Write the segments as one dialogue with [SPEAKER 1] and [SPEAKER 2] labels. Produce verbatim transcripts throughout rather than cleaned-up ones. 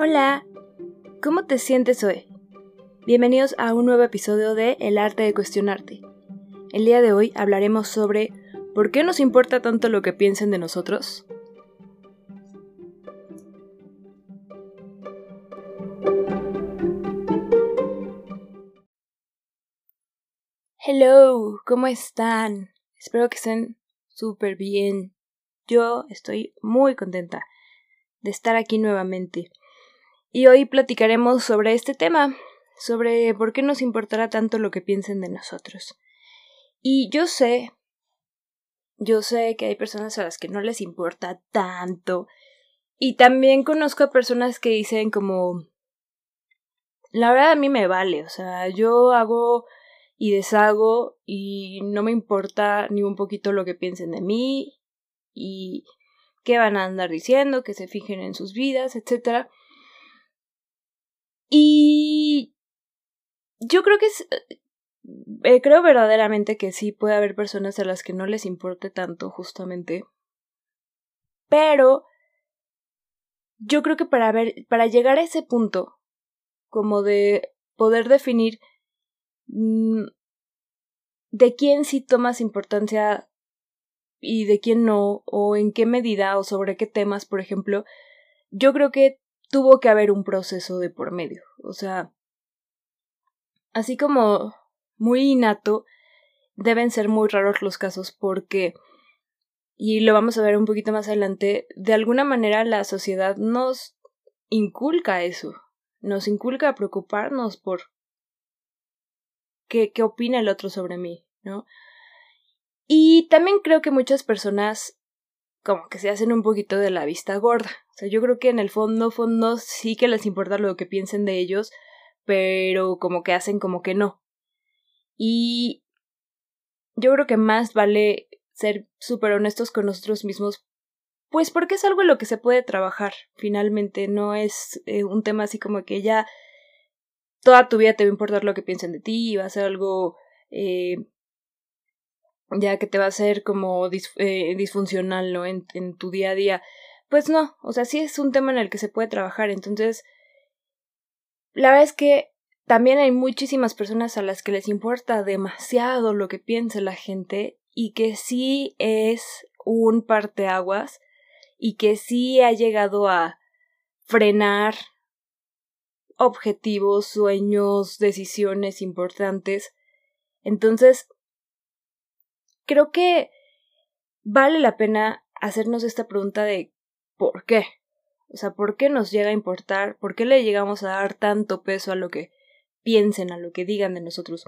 [SPEAKER 1] Hola, ¿cómo te sientes hoy? Bienvenidos a un nuevo episodio de El arte de cuestionarte. El día de hoy hablaremos sobre ¿por qué nos importa tanto lo que piensen de nosotros? Hello, ¿cómo están? Espero que estén súper bien. Yo estoy muy contenta de estar aquí nuevamente. Y hoy platicaremos sobre este tema, sobre por qué nos importará tanto lo que piensen de nosotros. Y yo sé, yo sé que hay personas a las que no les importa tanto. Y también conozco a personas que dicen como, la verdad a mí me vale, o sea, yo hago y deshago y no me importa ni un poquito lo que piensen de mí y qué van a andar diciendo, que se fijen en sus vidas, etcétera. Y yo creo que es, eh, creo verdaderamente que sí puede haber personas a las que no les importe tanto, justamente. Pero yo creo que para ver, para llegar a ese punto, como de poder definir mmm, de quién sí tomas importancia y de quién no, o en qué medida, o sobre qué temas, por ejemplo, yo creo que tuvo que haber un proceso de por medio. O sea, así como muy innato, deben ser muy raros los casos porque, y lo vamos a ver un poquito más adelante, de alguna manera la sociedad nos inculca eso, nos inculca preocuparnos por qué, qué opina el otro sobre mí, ¿no? Y también creo que muchas personas como que se hacen un poquito de la vista gorda. O sea, yo creo que en el fondo, fondo sí que les importa lo que piensen de ellos, pero como que hacen como que no. Y yo creo que más vale ser súper honestos con nosotros mismos, pues porque es algo en lo que se puede trabajar, finalmente. No es eh, un tema así como que ya toda tu vida te va a importar lo que piensen de ti y va a ser algo eh, ya que te va a hacer como dis- eh, disfuncional, ¿no? En, en tu día a día. Pues no, o sea, sí es un tema en el que se puede trabajar. Entonces, la verdad es que también hay muchísimas personas a las que les importa demasiado lo que piense la gente y que sí es un parteaguas y que sí ha llegado a frenar objetivos, sueños, decisiones importantes. Entonces, creo que vale la pena hacernos esta pregunta de ¿por qué? O sea, ¿por qué nos llega a importar? ¿Por qué le llegamos a dar tanto peso a lo que piensen, a lo que digan de nosotros?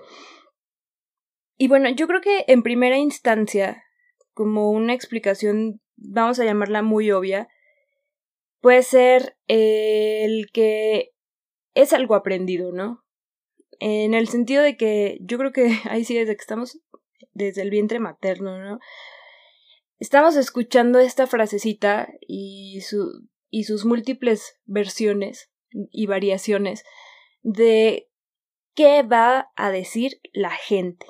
[SPEAKER 1] Y bueno, yo creo que en primera instancia, como una explicación, vamos a llamarla muy obvia, puede ser el que es algo aprendido, ¿no? En el sentido de que yo creo que ahí sí desde que estamos desde el vientre materno, ¿no? Estamos escuchando esta frasecita y, su, y sus múltiples versiones y variaciones de qué va a decir la gente.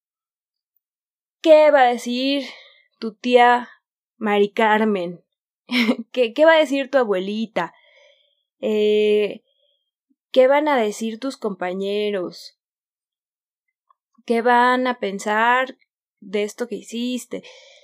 [SPEAKER 1] ¿Qué va a decir tu tía Mari Carmen? ¿Qué, ¿Qué va a decir tu abuelita? Eh, ¿Qué van a decir tus compañeros? ¿Qué van a pensar de esto que hiciste?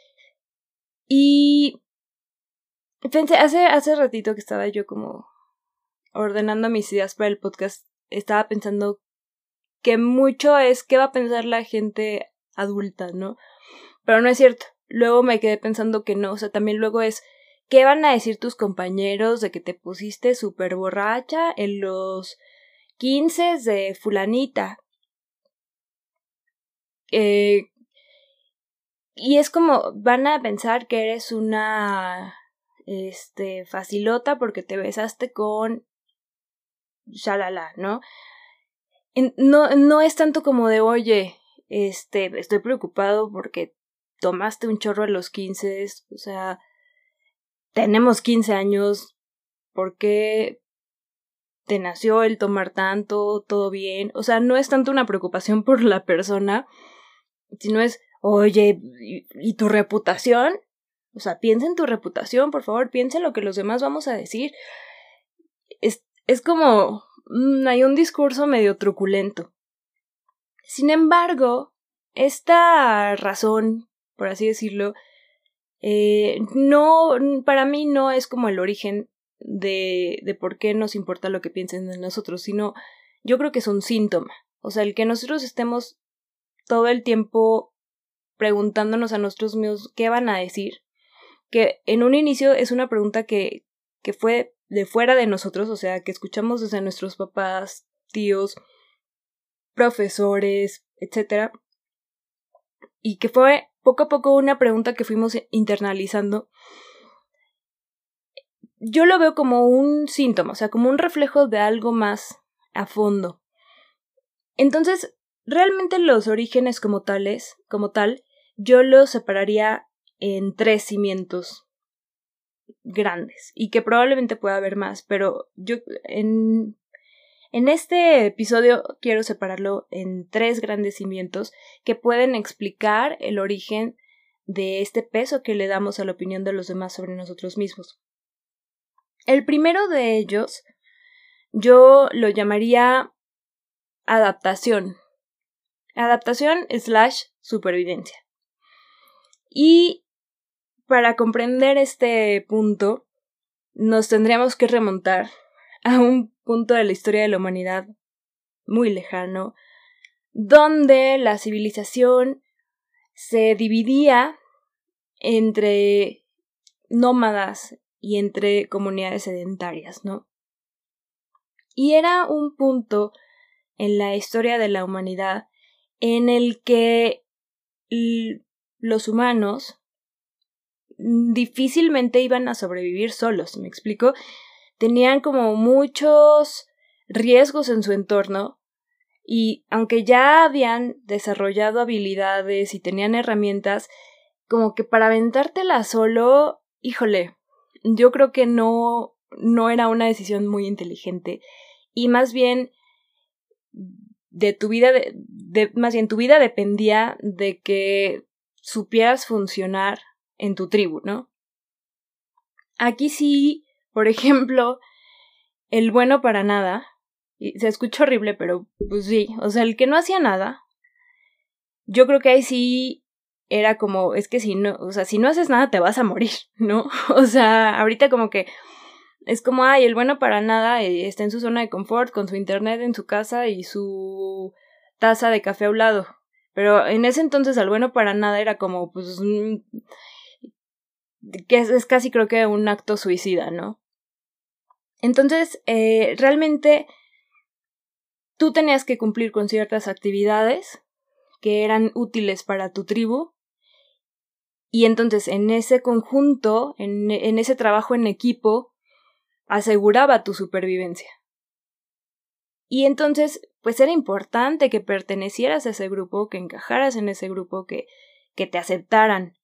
[SPEAKER 1] Y pensé, hace, hace ratito que estaba yo como ordenando mis ideas para el podcast, estaba pensando que mucho es qué va a pensar la gente adulta, ¿no? Pero no es cierto. Luego me quedé pensando que no, o sea, también luego es ¿qué van a decir tus compañeros de que te pusiste súper borracha en los quince de fulanita? Eh, y es como, van a pensar que eres una, este, facilota porque te besaste con shalala, ¿no? No, no es tanto como de, oye, este, estoy preocupado porque tomaste un chorro a los quince, o sea, tenemos quince años, ¿por qué te nació el tomar tanto? ¿Todo bien? O sea, no es tanto una preocupación por la persona, sino es, oye, ¿y, y tu reputación? O sea, piensa en tu reputación, por favor, piensa en lo que los demás vamos a decir. Es, es como mmm, hay un discurso medio truculento. Sin embargo, esta razón, por así decirlo, eh, no, para mí no es como el origen de, de por qué nos importa lo que piensen de nosotros, sino yo creo que es un síntoma. O sea, el que nosotros estemos todo el tiempo preguntándonos a nosotros mismos qué van a decir, que en un inicio es una pregunta que, que fue de fuera de nosotros, o sea, que escuchamos desde nuestros papás, tíos, profesores, etcétera, y que fue poco a poco una pregunta que fuimos internalizando. Yo lo veo como un síntoma, o sea, como un reflejo de algo más a fondo. Entonces, realmente los orígenes como tales, como tal, yo los separaría en tres cimientos grandes, y que probablemente pueda haber más, pero yo en, en este episodio quiero separarlo en tres grandes cimientos que pueden explicar el origen de este peso que le damos a la opinión de los demás sobre nosotros mismos. El primero de ellos yo lo llamaría adaptación. Adaptación slash supervivencia. Y para comprender este punto, nos tendríamos que remontar a un punto de la historia de la humanidad muy lejano, donde la civilización se dividía entre nómadas y entre comunidades sedentarias, ¿no? Y era un punto en la historia de la humanidad en el que l- los humanos difícilmente iban a sobrevivir solos, ¿me explico? Tenían como muchos riesgos en su entorno y aunque ya habían desarrollado habilidades y tenían herramientas, como que para aventártela solo, híjole, yo creo que no, no era una decisión muy inteligente y más bien de tu vida, de, de, más bien tu vida dependía de que supieras funcionar en tu tribu, ¿no? Aquí sí, por ejemplo, el bueno para nada, y se escucha horrible, pero pues sí, o sea, el que no hacía nada, yo creo que ahí sí era como, es que si no, o sea, si no haces nada te vas a morir, ¿no? O sea, ahorita como que es como, ay, el bueno para nada eh, está en su zona de confort, con su internet en su casa y su taza de café a un lado. Pero en ese entonces el bueno para nada era como, pues, mm, que es, es casi creo que un acto suicida, ¿no? Entonces, eh, realmente tú tenías que cumplir con ciertas actividades que eran útiles para tu tribu y entonces en ese conjunto, en, en ese trabajo en equipo, aseguraba tu supervivencia. Y entonces, pues era importante que pertenecieras a ese grupo, que encajaras en ese grupo, que, que te aceptaran.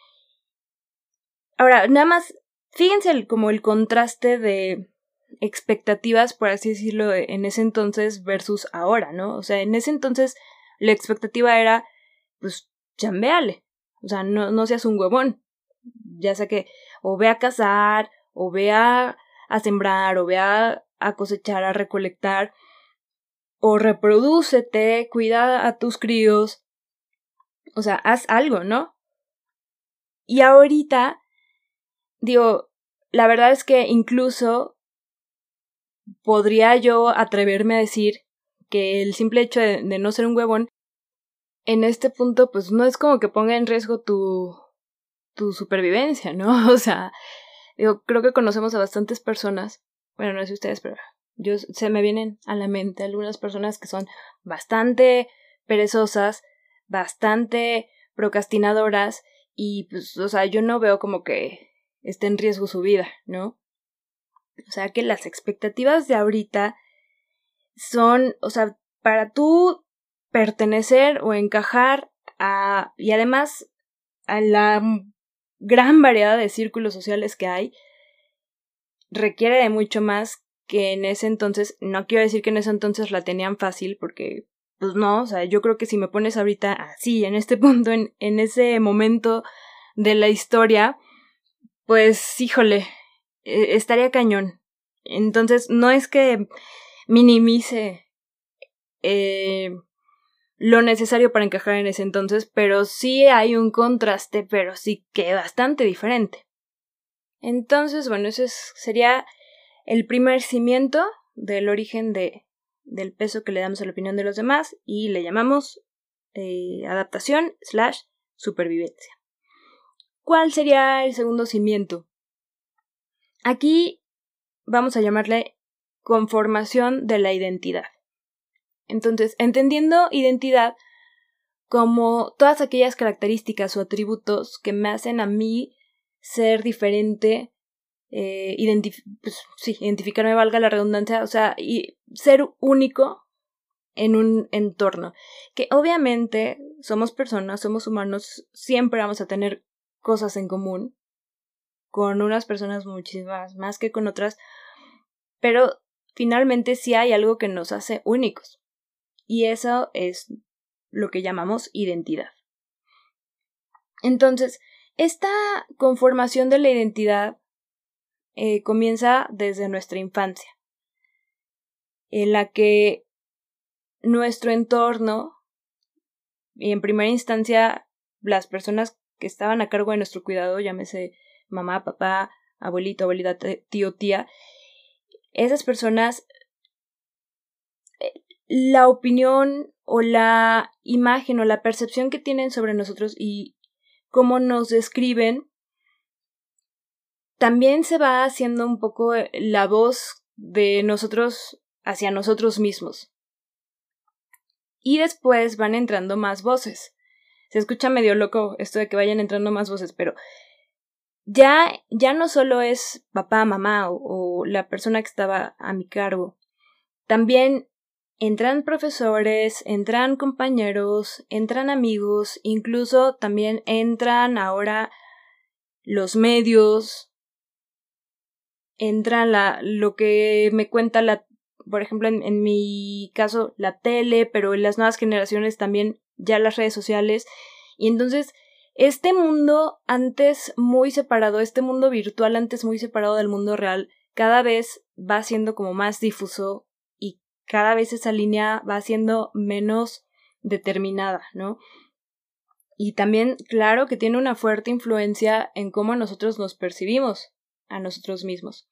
[SPEAKER 1] Ahora, nada más, fíjense el, como el contraste de expectativas, por así decirlo, en ese entonces versus ahora, ¿no? O sea, en ese entonces la expectativa era, pues, chambeale. O sea, no, no seas un huevón. Ya sea que o ve a cazar, o ve a, a sembrar, o ve a, a cosechar, a recolectar, o reprodúcete, cuida a tus críos. O sea, haz algo, ¿no? Y ahorita, digo, la verdad es que incluso podría yo atreverme a decir que el simple hecho de, de no ser un huevón, en este punto, pues no es como que ponga en riesgo tu, tu supervivencia, ¿no? O sea, digo, creo que conocemos a bastantes personas, bueno, no sé ustedes, pero yo se me vienen a la mente algunas personas que son bastante perezosas, bastante procrastinadoras y pues, o sea, yo no veo como que esté en riesgo su vida, ¿no? O sea, que las expectativas de ahorita son, o sea, para tú pertenecer o encajar a, y además a la gran variedad de círculos sociales que hay, requiere de mucho más que en ese entonces. No quiero decir que en ese entonces la tenían fácil, porque pues no, o sea, yo creo que si me pones ahorita así, en este punto, en, en ese momento de la historia, pues híjole, eh, estaría cañón. Entonces, no es que minimice eh, lo necesario para encajar en ese entonces, pero sí hay un contraste, pero sí que bastante diferente. Entonces, bueno, ese es, sería el primer cimiento del origen de, del peso que le damos a la opinión de los demás y le llamamos eh, adaptación slash supervivencia. ¿Cuál sería el segundo cimiento? Aquí vamos a llamarle conformación de la identidad. Entonces, entendiendo identidad como todas aquellas características o atributos que me hacen a mí ser diferente, eh, identif- pues, sí, identificarme, valga la redundancia, o sea, y ser único en un entorno. Que obviamente somos personas, somos humanos, siempre vamos a tener cosas en común, con unas personas muchísimas más que con otras, pero finalmente sí hay algo que nos hace únicos. Y eso es lo que llamamos identidad. Entonces, esta conformación de la identidad eh, comienza desde nuestra infancia, en la que nuestro entorno, y en primera instancia las personas que estaban a cargo de nuestro cuidado, llámese mamá, papá, abuelito, abuelita, tío, tía, esas personas, la opinión o la imagen o la percepción que tienen sobre nosotros y cómo nos describen, también se va haciendo un poco la voz de nosotros hacia nosotros mismos. Y después van entrando más voces. Se escucha medio loco esto de que vayan entrando más voces, pero ya, ya no solo es papá, mamá o, o la persona que estaba a mi cargo. También entran profesores, entran compañeros, entran amigos, incluso también entran ahora los medios, entran la, lo que me cuenta la, por ejemplo, en, en mi caso, la tele, pero en las nuevas generaciones también ya las redes sociales. Y entonces, este mundo antes muy separado, este mundo virtual antes muy separado del mundo real, cada vez va siendo como más difuso y cada vez esa línea va siendo menos determinada, ¿no? Y también, claro, que tiene una fuerte influencia en cómo nosotros nos percibimos a nosotros mismos.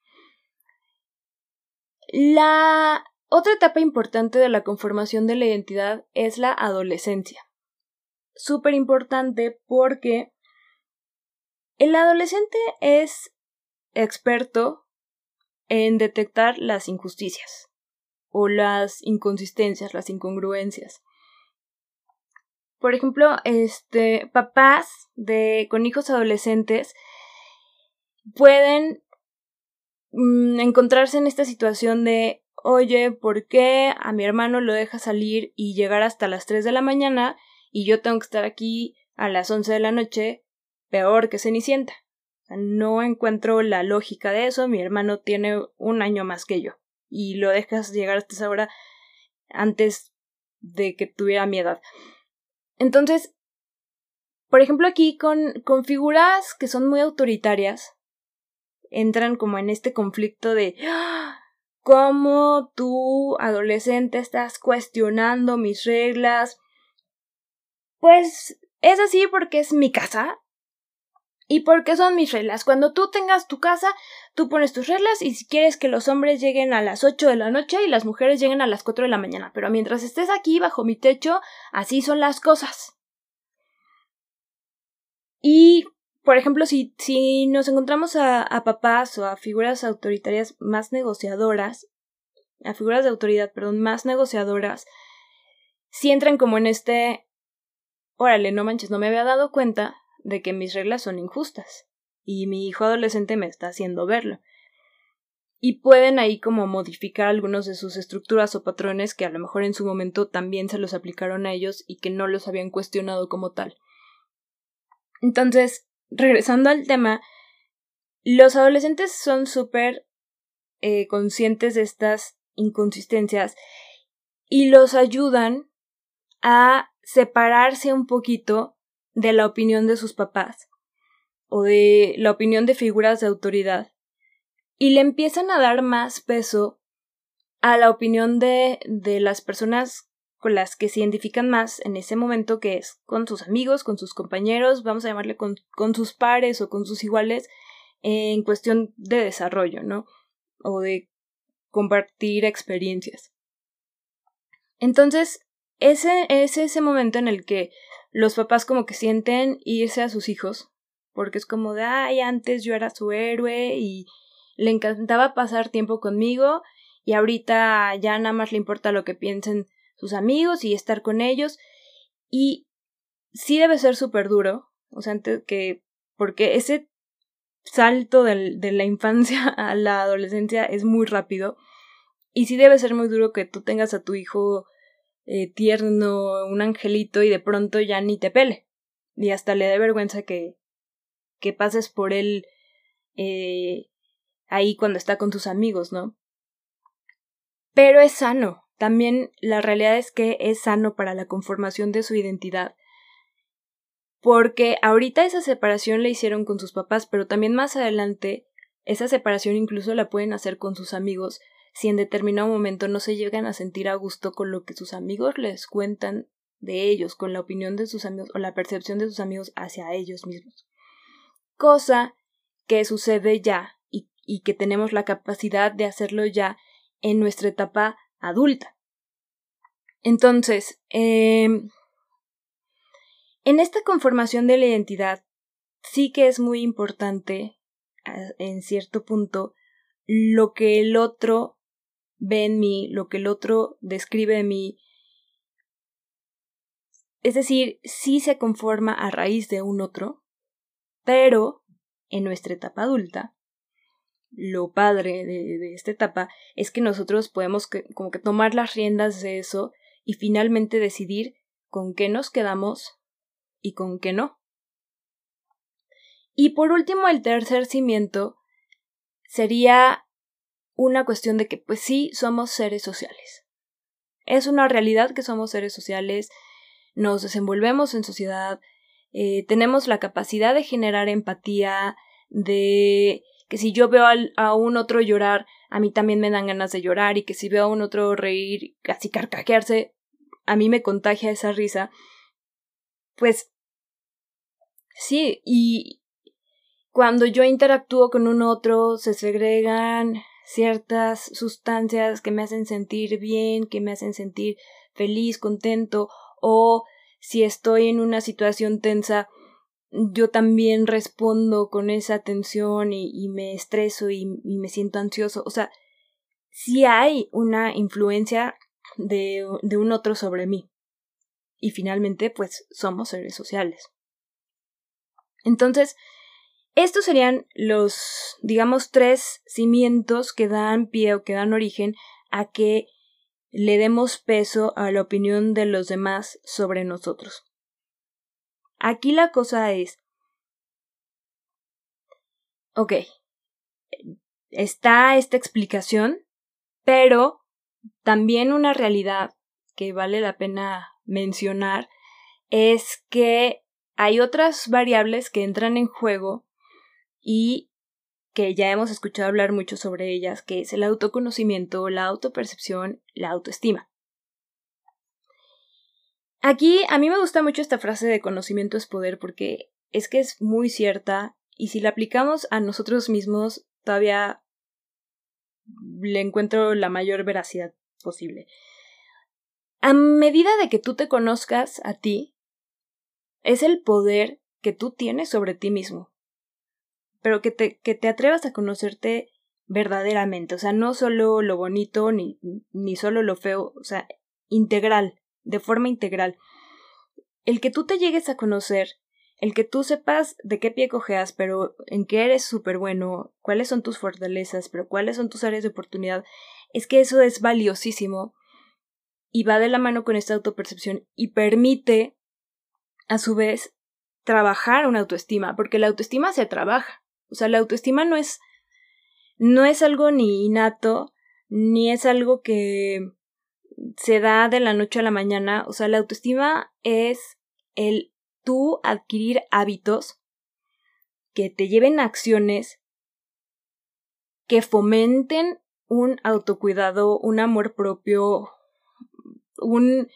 [SPEAKER 1] La otra etapa importante de la conformación de la identidad es la adolescencia. Súper importante porque el adolescente es experto en detectar las injusticias o las inconsistencias, las incongruencias. Por ejemplo, este, papás de, con hijos adolescentes pueden mmm, encontrarse en esta situación de, oye, ¿por qué a mi hermano lo deja salir y llegar hasta las tres de la mañana y yo tengo que estar aquí a las once de la noche, peor que Cenicienta? O sea, no encuentro la lógica de eso. Mi hermano tiene un año más que yo y lo dejas llegar hasta esa hora antes de que tuviera mi edad. Entonces, por ejemplo, aquí con, con figuras que son muy autoritarias, entran como en este conflicto de ¡ah! ¿Cómo tú, adolescente, estás cuestionando mis reglas? Pues es así porque es mi casa y porque son mis reglas. Cuando tú tengas tu casa, tú pones tus reglas y si quieres que los hombres lleguen a las ocho de la noche y las mujeres lleguen a las cuatro de la mañana. Pero mientras estés aquí bajo mi techo, así son las cosas. Y, por ejemplo, si, si nos encontramos a, a papás o a figuras autoritarias más negociadoras, a figuras de autoridad, perdón, más negociadoras, si entran como en este, órale, no manches, no me había dado cuenta de que mis reglas son injustas y mi hijo adolescente me está haciendo verlo. Y pueden ahí como modificar algunos de sus estructuras o patrones que a lo mejor en su momento también se los aplicaron a ellos y que no los habían cuestionado como tal. Entonces, regresando al tema, los adolescentes son súper eh, conscientes de estas inconsistencias y los ayudan a separarse un poquito de la opinión de sus papás o de la opinión de figuras de autoridad y le empiezan a dar más peso a la opinión de, de las personas con las que se identifican más en ese momento, que es con sus amigos, con sus compañeros, vamos a llamarle con, con sus pares o con sus iguales, eh, en cuestión de desarrollo, ¿no? O de compartir experiencias. Entonces, ese es ese momento en el que los papás como que sienten irse a sus hijos, porque es como de, ay, antes yo era su héroe y le encantaba pasar tiempo conmigo, y ahorita ya nada más le importa lo que piensen sus amigos y estar con ellos. Y sí debe ser súper duro, o sea, que, porque ese salto del, de la infancia a la adolescencia es muy rápido, y sí debe ser muy duro que tú tengas a tu hijo eh, tierno, un angelito, y de pronto ya ni te pele, y hasta le dé vergüenza que, que pases por él eh, ahí cuando está con tus amigos, ¿no? Pero es sano. También la realidad es que es sano para la conformación de su identidad. Porque ahorita esa separación la hicieron con sus papás, pero también más adelante esa separación incluso la pueden hacer con sus amigos si en determinado momento no se llegan a sentir a gusto con lo que sus amigos les cuentan de ellos, con la opinión de sus amigos o la percepción de sus amigos hacia ellos mismos. Cosa que sucede ya y, y que tenemos la capacidad de hacerlo ya en nuestra etapa adulta. Entonces, eh, en esta conformación de la identidad sí que es muy importante, en cierto punto, lo que el otro ve en mí, lo que el otro describe de mí. Es decir, sí se conforma a raíz de un otro, pero en nuestra etapa adulta, lo padre de, de esta etapa es que nosotros podemos que, como que tomar las riendas de eso y finalmente decidir con qué nos quedamos y con qué no. Y por último, el tercer cimiento sería una cuestión de que pues sí somos seres sociales. Es una realidad que somos seres sociales, nos desenvolvemos en sociedad, eh, tenemos la capacidad de generar empatía, de que si yo veo al, a un otro llorar, a mí también me dan ganas de llorar, y que si veo a un otro reír, casi carcajearse, a mí me contagia esa risa. Pues sí, y cuando yo interactúo con un otro, se segregan ciertas sustancias que me hacen sentir bien, que me hacen sentir feliz, contento, o si estoy en una situación tensa, yo también respondo con esa tensión y, y me estreso y, y me siento ansioso. O sea, sí hay una influencia de, de un otro sobre mí. Y finalmente, pues, somos seres sociales. Entonces, estos serían los, digamos, tres cimientos que dan pie o que dan origen a que le demos peso a la opinión de los demás sobre nosotros. Aquí la cosa es, ok, está esta explicación, pero también una realidad que vale la pena mencionar es que hay otras variables que entran en juego y que ya hemos escuchado hablar mucho sobre ellas, que es el autoconocimiento, la autopercepción, la autoestima. Aquí a mí me gusta mucho esta frase de conocimiento es poder, porque es que es muy cierta, y si la aplicamos a nosotros mismos todavía le encuentro la mayor veracidad posible. A medida de que tú te conozcas a ti, es el poder que tú tienes sobre ti mismo, pero que te, que te atrevas a conocerte verdaderamente, o sea, no solo lo bonito ni, ni solo lo feo, o sea, integral, de forma integral. El que tú te llegues a conocer, el que tú sepas de qué pie cojeas, pero en qué eres súper bueno, cuáles son tus fortalezas, pero cuáles son tus áreas de oportunidad, es que eso es valiosísimo y va de la mano con esta autopercepción y permite, a su vez, trabajar una autoestima, porque la autoestima se trabaja. O sea, la autoestima no es, no es algo ni innato, ni es algo que se da de la noche a la mañana. O sea, la autoestima es el tú adquirir hábitos que te lleven a acciones que fomenten un autocuidado, un amor propio, un,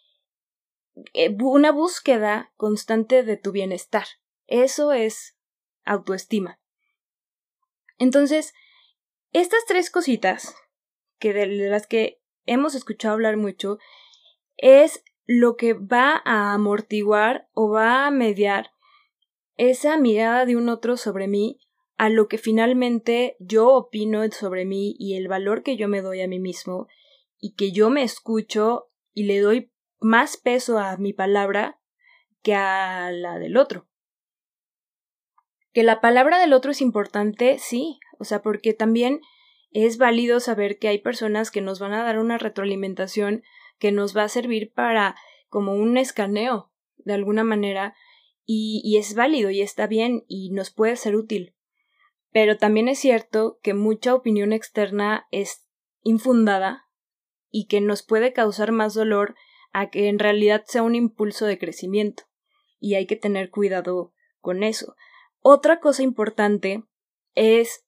[SPEAKER 1] eh, una búsqueda constante de tu bienestar. Eso es autoestima. Entonces, estas tres cositas, que de las que hemos escuchado hablar mucho, es lo que va a amortiguar o va a mediar esa mirada de un otro sobre mí a lo que finalmente yo opino sobre mí y el valor que yo me doy a mí mismo y que yo me escucho y le doy más peso a mi palabra que a la del otro. Que la palabra del otro es importante, sí, o sea, porque también es válido saber que hay personas que nos van a dar una retroalimentación que nos va a servir para como un escaneo de alguna manera y, y es válido y está bien y nos puede ser útil. Pero también es cierto que mucha opinión externa es infundada y que nos puede causar más dolor a que en realidad sea un impulso de crecimiento y hay que tener cuidado con eso. Otra cosa importante es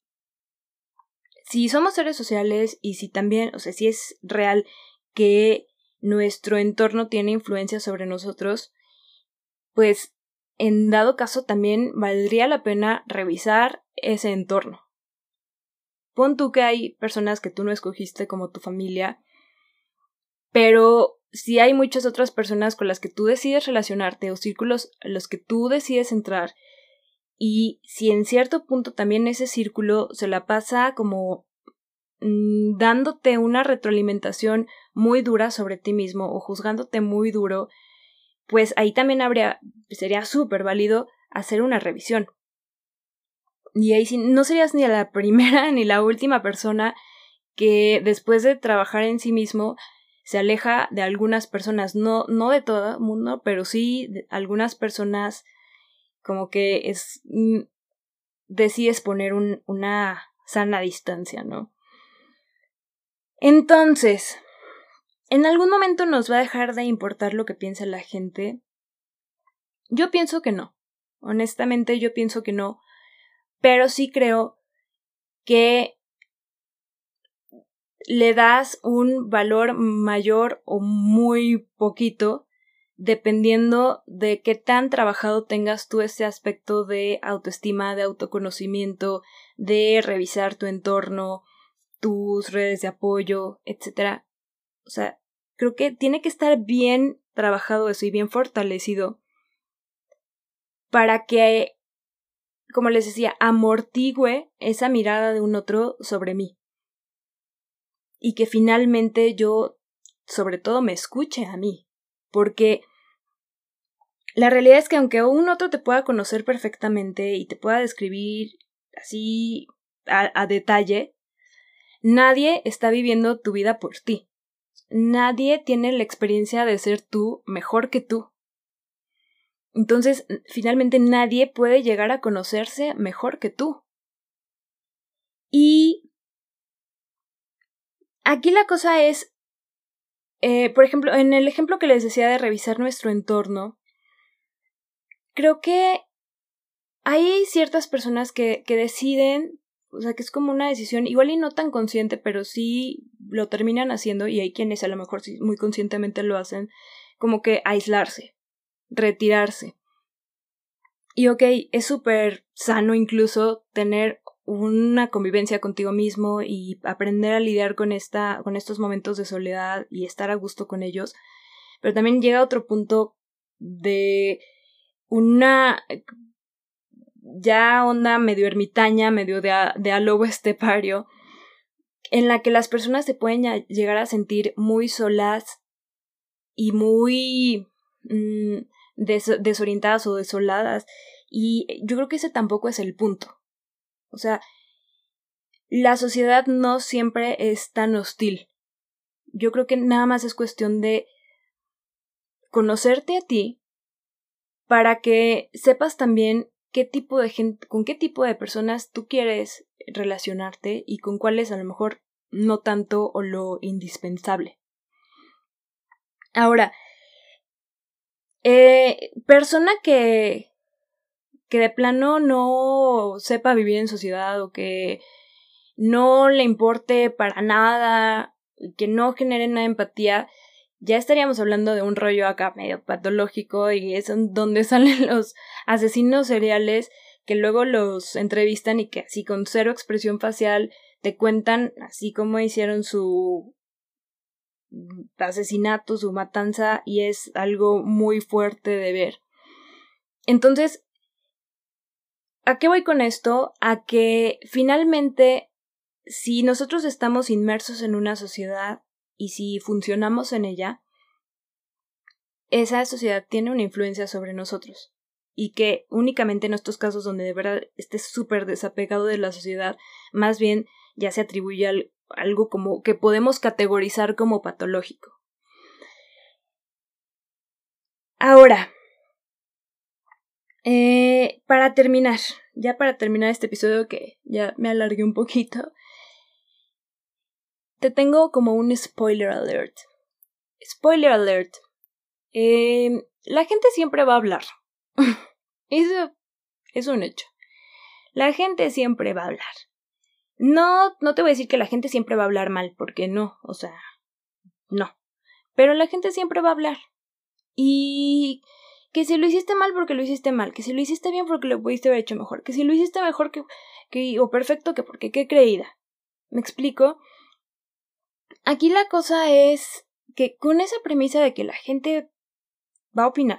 [SPEAKER 1] si somos seres sociales y si también, o sea, si es real que nuestro entorno tiene influencia sobre nosotros, pues en dado caso también valdría la pena revisar ese entorno. Pon tú que hay personas que tú no escogiste como tu familia, pero si hay muchas otras personas con las que tú decides relacionarte o círculos a los que tú decides entrar y si en cierto punto también ese círculo se la pasa como mmm, dándote una retroalimentación muy dura sobre ti mismo o juzgándote muy duro, pues ahí también habría, sería súper válido hacer una revisión. Y ahí sí, no serías ni la primera ni la última persona que después de trabajar en sí mismo se aleja de algunas personas, no, no de todo el mundo, pero sí de algunas personas como que es mm, decides poner un, una sana distancia, ¿no? Entonces, ¿en algún momento nos va a dejar de importar lo que piensa la gente? Yo pienso que no. Honestamente, yo pienso que no. Pero sí creo que le das un valor mayor o muy poquito dependiendo de qué tan trabajado tengas tú ese aspecto de autoestima, de autoconocimiento, de revisar tu entorno, tus redes de apoyo, etcétera. O sea, creo que tiene que estar bien trabajado eso y bien fortalecido para que, como les decía, amortigüe esa mirada de un otro sobre mí. Y que finalmente yo, sobre todo, me escuche a mí. Porque la realidad es que aunque un otro te pueda conocer perfectamente y te pueda describir así a, a detalle, nadie está viviendo tu vida por ti. Nadie tiene la experiencia de ser tú mejor que tú. Entonces, finalmente nadie puede llegar a conocerse mejor que tú. Y aquí la cosa es, eh, por ejemplo, en el ejemplo que les decía de revisar nuestro entorno, creo que hay ciertas personas que, que deciden, o sea, que es como una decisión, igual y no tan consciente, pero sí lo terminan haciendo, y hay quienes a lo mejor sí muy conscientemente lo hacen, como que aislarse, retirarse. Y ok, es súper sano incluso tener una convivencia contigo mismo y aprender a lidiar con esta, con estos momentos de soledad y estar a gusto con ellos, pero también llega a otro punto de una ya onda medio ermitaña, medio de, a, de a lobo estepario, en la que las personas se pueden ya, llegar a sentir muy solas y muy mmm, des, desorientadas o desoladas, y yo creo que ese tampoco es el punto. O sea, la sociedad no siempre es tan hostil. Yo creo que nada más es cuestión de conocerte a ti para que sepas también qué tipo de gente, con qué tipo de personas tú quieres relacionarte y con cuáles a lo mejor no tanto o lo indispensable. Ahora, eh, persona que, que de plano no sepa vivir en sociedad o que no le importe para nada, que no genere nada de empatía, ya estaríamos hablando de un rollo acá medio patológico y es donde salen los asesinos seriales que luego los entrevistan y que así con cero expresión facial te cuentan así como hicieron su asesinato, su matanza, y es algo muy fuerte de ver. Entonces, ¿a qué voy con esto? A que finalmente, si nosotros estamos inmersos en una sociedad y si funcionamos en ella, esa sociedad tiene una influencia sobre nosotros. Y que únicamente en estos casos donde de verdad estés súper desapegado de la sociedad, más bien ya se atribuye al, algo como que podemos categorizar como patológico. Ahora, eh, para terminar, ya para terminar este episodio que ya me alargué un poquito, te tengo como un spoiler alert. Spoiler alert. Eh, la gente siempre va a hablar. Eso es un hecho. La gente siempre va a hablar. No, no te voy a decir que la gente siempre va a hablar mal, porque no, o sea, no. Pero la gente siempre va a hablar. Y que si lo hiciste mal porque lo hiciste mal, que si lo hiciste bien porque lo pudiste haber hecho mejor, que si lo hiciste mejor que, que o perfecto que porque qué creída. ¿Me explico? Aquí la cosa es que con esa premisa de que la gente va a opinar,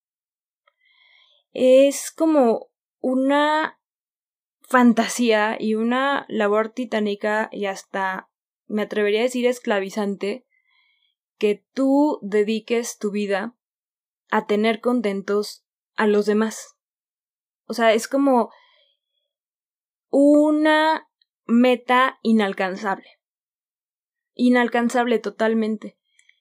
[SPEAKER 1] es como una fantasía y una labor titánica y hasta, me atrevería a decir, esclavizante, que tú dediques tu vida a tener contentos a los demás. O sea, es como una meta inalcanzable. Inalcanzable totalmente.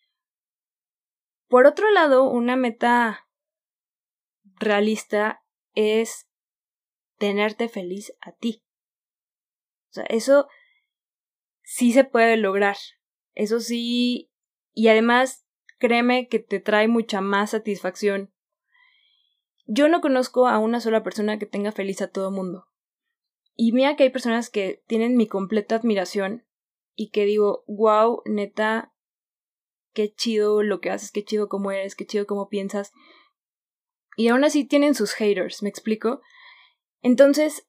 [SPEAKER 1] Por otro lado, una meta realista es tenerte feliz a ti. O sea, eso sí se puede lograr. Eso sí, y además, créeme que te trae mucha más satisfacción. Yo no conozco a una sola persona que tenga feliz a todo mundo. Y mira que hay personas que tienen mi completa admiración y que digo, wow, neta, qué chido lo que haces, qué chido cómo eres, qué chido cómo piensas. Y aún así tienen sus haters, ¿me explico? Entonces,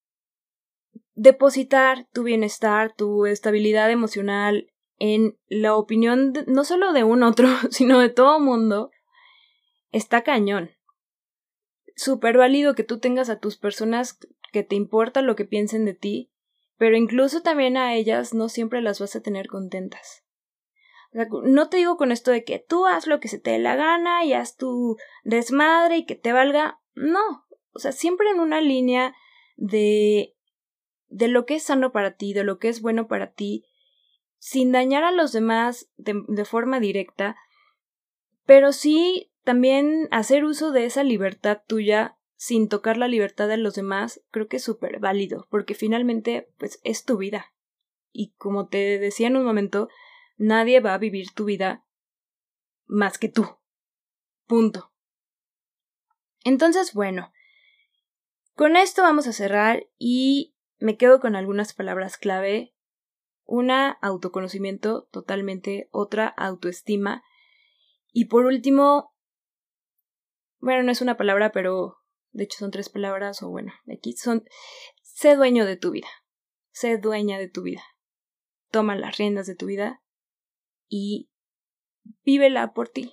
[SPEAKER 1] depositar tu bienestar, tu estabilidad emocional en la opinión de, no solo de un otro, sino de todo mundo, está cañón. Súper válido que tú tengas a tus personas que te importa lo que piensen de ti, pero incluso también a ellas no siempre las vas a tener contentas. O sea, no te digo con esto de que tú haz lo que se te dé la gana y haz tu desmadre y que te valga. No, o sea, siempre en una línea de, de lo que es sano para ti, de lo que es bueno para ti, sin dañar a los demás de, de forma directa, pero sí también hacer uso de esa libertad tuya sin tocar la libertad de los demás, creo que es súper válido, porque finalmente, pues, es tu vida. Y como te decía en un momento, nadie va a vivir tu vida más que tú. Punto. Entonces, bueno, con esto vamos a cerrar y me quedo con algunas palabras clave. Una, autoconocimiento totalmente, otra, autoestima. Y por último, bueno, no es una palabra, pero de hecho son tres palabras, o bueno, aquí son, sé dueño de tu vida, sé dueña de tu vida, toma las riendas de tu vida y vívela por ti.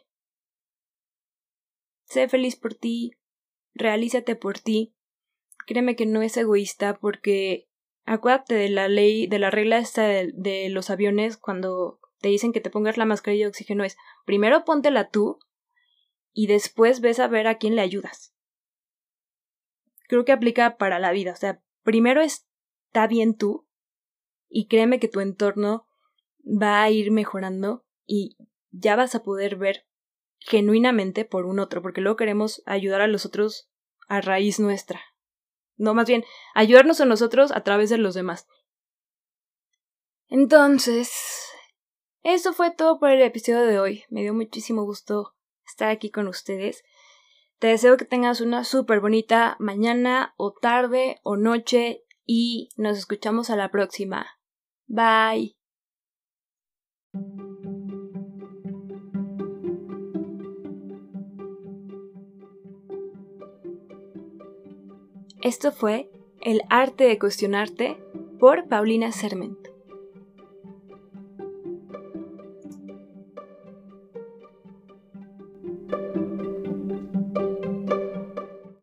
[SPEAKER 1] Sé feliz por ti, realízate por ti, créeme que no es egoísta porque acuérdate de la ley, de la regla esta de, de los aviones cuando te dicen que te pongas la mascarilla de oxígeno es, primero póntela tú y después ves a ver a quién le ayudas. Creo que aplica para la vida, o sea, primero está bien tú y créeme que tu entorno va a ir mejorando y ya vas a poder ver genuinamente por un otro, porque luego queremos ayudar a los otros a raíz nuestra. No, más bien, ayudarnos a nosotros a través de los demás. Entonces, eso fue todo por el episodio de hoy. Me dio muchísimo gusto estar aquí con ustedes. Te deseo que tengas una súper bonita mañana o tarde o noche, y nos escuchamos a la próxima. Bye. Esto fue El arte de cuestionarte por Paulina Serment.